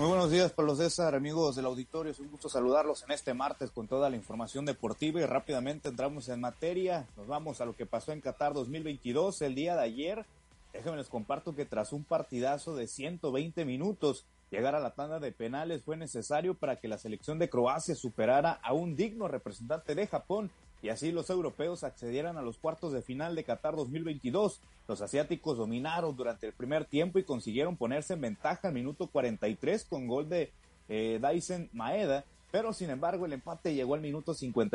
Muy buenos días, Pablo César, amigos del auditorio. Es un gusto saludarlos en este martes con toda la información deportiva y rápidamente entramos en materia. Nos vamos a lo que pasó en Qatar 2022 el día de ayer. Déjenme les comparto que tras un partidazo de 120 minutos, llegar a la tanda de penales fue necesario para que la selección de Croacia superara a un digno representante de Japón y así los europeos accedieran a los cuartos de final de Qatar 2022. Los asiáticos dominaron durante el primer tiempo y consiguieron ponerse en ventaja al minuto 43 con gol de Daisen Maeda, pero sin embargo el empate llegó al minuto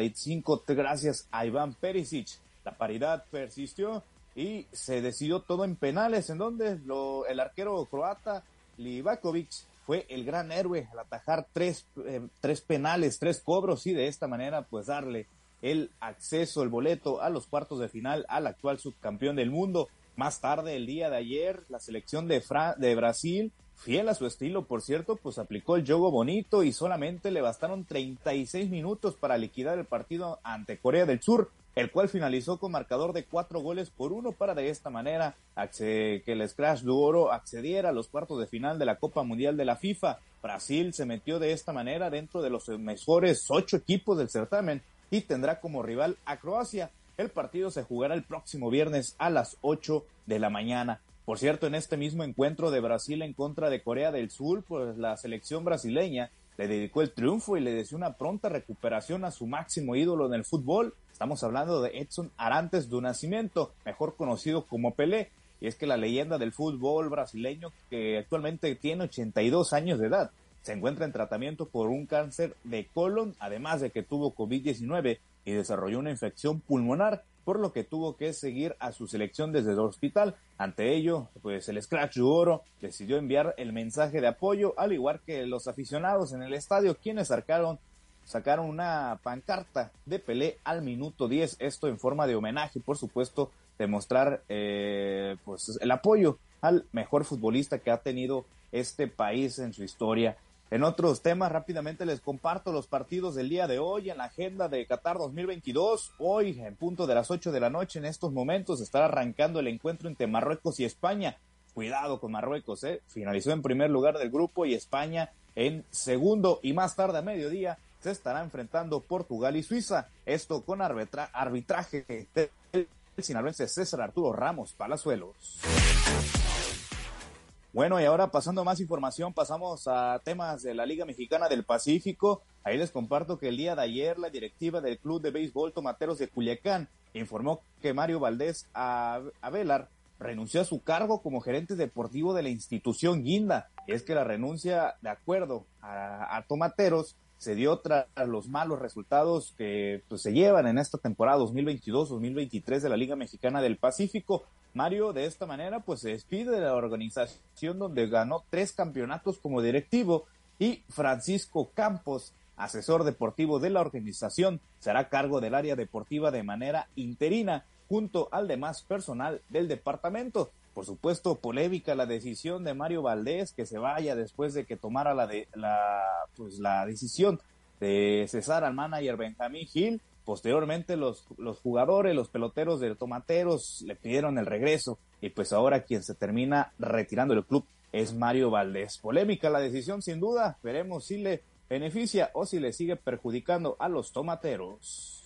55 gracias a Iván Perisic. La paridad persistió y se decidió todo en penales, en donde el arquero croata Livakovic fue el gran héroe al atajar tres penales, tres cobros y de esta manera pues darle el acceso, el boleto a los cuartos de final al actual subcampeón del mundo. Más tarde, el día de ayer, la selección de Brasil, fiel a su estilo, por cierto, pues aplicó el juego bonito y solamente le bastaron 36 minutos para liquidar el partido ante Corea del Sur, el cual finalizó con marcador de 4-1 para de esta manera que el Scratch de Oro accediera a los cuartos de final de la Copa Mundial de la FIFA. Brasil se metió de esta manera dentro de los mejores 8 equipos del certamen y tendrá como rival a Croacia. El partido se jugará el próximo viernes a las 8 de la mañana. Por cierto, en este mismo encuentro de Brasil en contra de Corea del Sur, pues la selección brasileña le dedicó el triunfo y le deseó una pronta recuperación a su máximo ídolo en el fútbol. Estamos hablando de Edson Arantes do Nascimento, mejor conocido como Pelé. Y es que la leyenda del fútbol brasileño, que actualmente tiene 82 años de edad, se encuentra en tratamiento por un cáncer de colon, además de que tuvo COVID-19 y desarrolló una infección pulmonar, por lo que tuvo que seguir a su selección desde el hospital. Ante ello, pues el Scratch de Oro decidió enviar el mensaje de apoyo, al igual que los aficionados en el estadio, quienes sacaron una pancarta de Pelé al minuto 10, esto en forma de homenaje, por supuesto, demostrar pues el apoyo al mejor futbolista que ha tenido este país en su historia. En otros temas, rápidamente les comparto los partidos del día de hoy en la agenda de Qatar 2022. Hoy, en punto de las 8 de la noche, en estos momentos, estará arrancando el encuentro entre Marruecos y España. Cuidado con Marruecos, finalizó en primer lugar del grupo y España en segundo. Y más tarde, a mediodía, se estará enfrentando Portugal y Suiza. Esto con arbitraje del sinaloense César Arturo Ramos Palazuelos. Bueno, y ahora pasando a más información, pasamos a temas de la Liga Mexicana del Pacífico. Ahí les comparto que el día de ayer la directiva del Club de Béisbol Tomateros de Culiacán informó que Mario Valdés Avelar renunció a su cargo como gerente deportivo de la institución Guinda. Y es que la renuncia, de acuerdo a Tomateros, se dio tras los malos resultados que pues, se llevan en esta temporada 2022-2023 de la Liga Mexicana del Pacífico. Mario, de esta manera, pues se despide de la organización donde ganó 3 campeonatos como directivo y Francisco Campos, asesor deportivo de la organización, será a cargo del área deportiva de manera interina junto al demás personal del departamento. Por supuesto, polémica la decisión de Mario Valdés que se vaya después de que tomara la decisión de cesar al manager Benjamín Gil. Posteriormente los jugadores, los peloteros de Tomateros le pidieron el regreso y pues ahora quien se termina retirando del club es Mario Valdés. Polémica la decisión sin duda, veremos si le beneficia o si le sigue perjudicando a los Tomateros.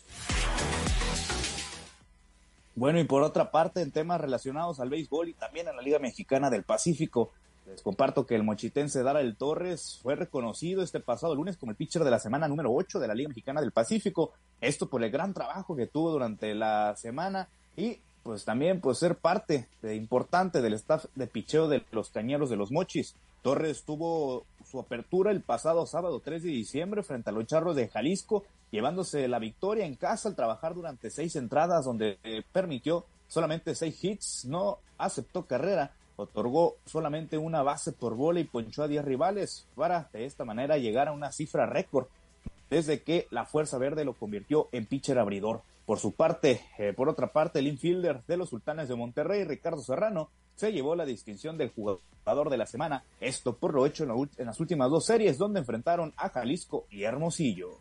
Bueno, y por otra parte, en temas relacionados al béisbol y también a la Liga Mexicana del Pacífico, les comparto que el mochitense Darrell Torres fue reconocido este pasado lunes como el pitcher de la semana número 8 de la Liga Mexicana del Pacífico. Esto por el gran trabajo que tuvo durante la semana y pues también por ser parte importante del staff de picheo de los Cañeros de los Mochis. Torres tuvo su apertura el pasado sábado 3 de diciembre frente a los Charros de Jalisco, llevándose la victoria en casa al trabajar durante 6 entradas donde permitió solamente 6 hits, no aceptó carrera, otorgó solamente una base por bola y ponchó a 10 rivales para de esta manera llegar a una cifra récord desde que la Fuerza Verde lo convirtió en pitcher abridor. Por otra parte, el infielder de los Sultanes de Monterrey, Ricardo Serrano, se llevó la distinción del jugador de la semana, esto por lo hecho en las últimas 2 series donde enfrentaron a Jalisco y Hermosillo.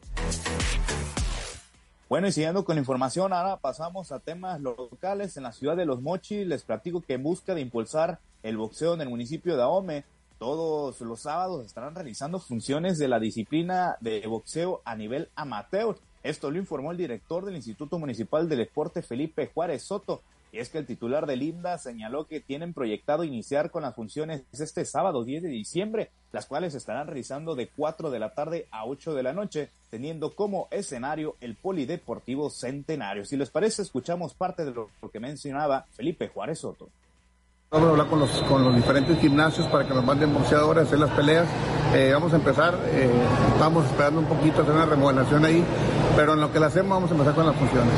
Bueno, y siguiendo con la información, ahora pasamos a temas locales en la ciudad de Los Mochis. Les platico que en busca de impulsar el boxeo en el municipio de Ahome, todos los sábados estarán realizando funciones de la disciplina de boxeo a nivel amateur. Esto lo informó el director del Instituto Municipal del Deporte, Felipe Juárez Soto. Y es que el titular del INDA señaló que tienen proyectado iniciar con las funciones este sábado 10 de diciembre, las cuales se estarán realizando de 4 de la tarde a 8 de la noche, teniendo como escenario el Polideportivo Centenario. Si les parece, escuchamos parte de lo que mencionaba Felipe Juárez Soto. Vamos a hablar con los diferentes gimnasios para que nos manden boxeadores a hacer las peleas. Vamos a empezar, estamos esperando un poquito hacer una remodelación ahí, pero en lo que la hacemos vamos a empezar con las funciones.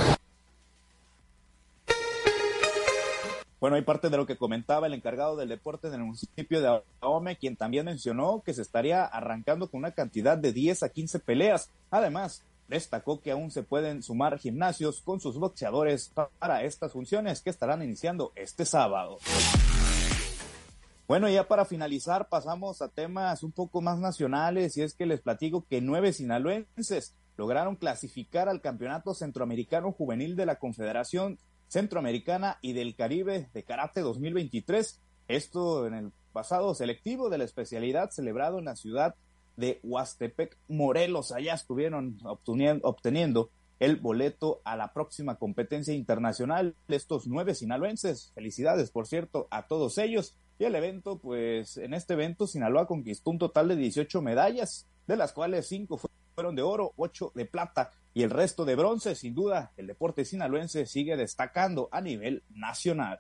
Bueno, hay parte de lo que comentaba el encargado del deporte del municipio de Ahome, quien también mencionó que se estaría arrancando con una cantidad de 10 a 15 peleas. Además, destacó que aún se pueden sumar gimnasios con sus boxeadores para estas funciones que estarán iniciando este sábado. Bueno, ya para finalizar pasamos a temas un poco más nacionales, y es que les platico que 9 sinaloenses lograron clasificar al Campeonato Centroamericano Juvenil de la Confederación Centroamericana y del Caribe de Karate 2023. Esto en el pasado selectivo de la especialidad celebrado en la ciudad de Huastepec, Morelos. Allá estuvieron obteniendo el boleto a la próxima competencia internacional de estos 9 sinaloenses. Felicidades, por cierto, a todos ellos. Y el evento, pues en este evento Sinaloa conquistó un total de 18 medallas, de las cuales 5 fueron de oro, 8 de plata y el resto de bronce. Sin duda, el deporte sinaloense sigue destacando a nivel nacional.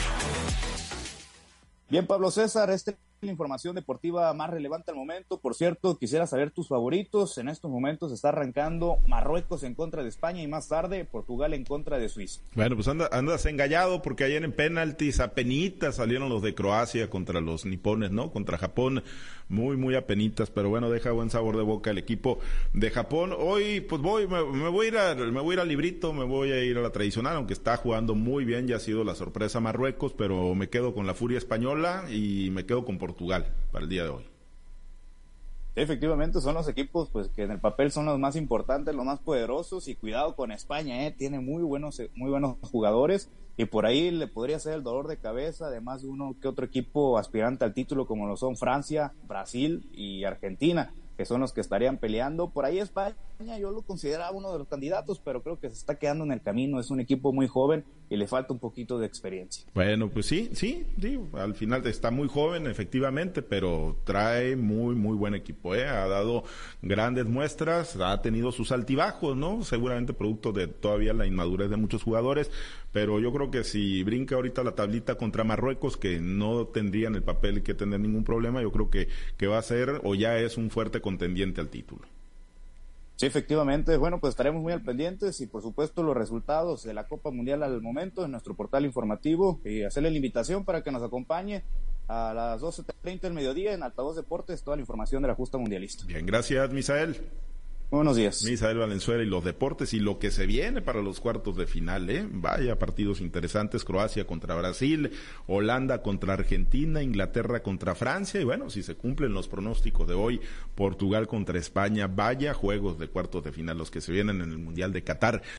Bien, Pablo César, esta es la información deportiva más relevante al momento. Por cierto, quisiera saber tus favoritos. En estos momentos está arrancando Marruecos en contra de España y más tarde Portugal en contra de Suiza. Bueno, pues andas engallado porque ayer en penaltis apenitas salieron los de Croacia contra los nipones, ¿no? Contra Japón, muy apenitas, pero bueno, deja buen sabor de boca el equipo de Japón. Hoy pues me voy a ir al librito, me voy a ir a la tradicional, aunque está jugando muy bien, ya ha sido la sorpresa Marruecos, pero me quedo con la furia española y me quedo con Portugal para el día de hoy. Efectivamente son los equipos pues que en el papel son los más importantes, los más poderosos, y cuidado con España, tiene muy buenos jugadores y por ahí le podría ser el dolor de cabeza, además de uno que otro equipo aspirante al título como lo son Francia, Brasil y Argentina, que son los que estarían peleando. Por ahí España yo lo consideraba uno de los candidatos, pero creo que se está quedando en el camino. Es un equipo muy joven y le falta un poquito de experiencia. Bueno, pues sí, al final está muy joven efectivamente, pero trae muy buen equipo, ha dado grandes muestras, ha tenido sus altibajos, ¿no? Seguramente producto de todavía la inmadurez de muchos jugadores, pero yo creo que si brinca ahorita la tablita contra Marruecos, que no tendrían el papel que tener ningún problema, yo creo que va a ser o ya es un fuerte contendiente al título. Sí, efectivamente. Bueno, pues estaremos muy al pendientes y por supuesto los resultados de la Copa Mundial al momento en nuestro portal informativo, y hacerle la invitación para que nos acompañe a las 12:30 del mediodía en Altavoz Deportes, toda la información de la justa mundialista. Bien, gracias, Misael. Buenos días. Misael Valenzuela y los deportes y lo que se viene para los cuartos de final, Vaya partidos interesantes, Croacia contra Brasil, Holanda contra Argentina, Inglaterra contra Francia y bueno, si se cumplen los pronósticos de hoy, Portugal contra España, vaya juegos de cuartos de final los que se vienen en el Mundial de Qatar.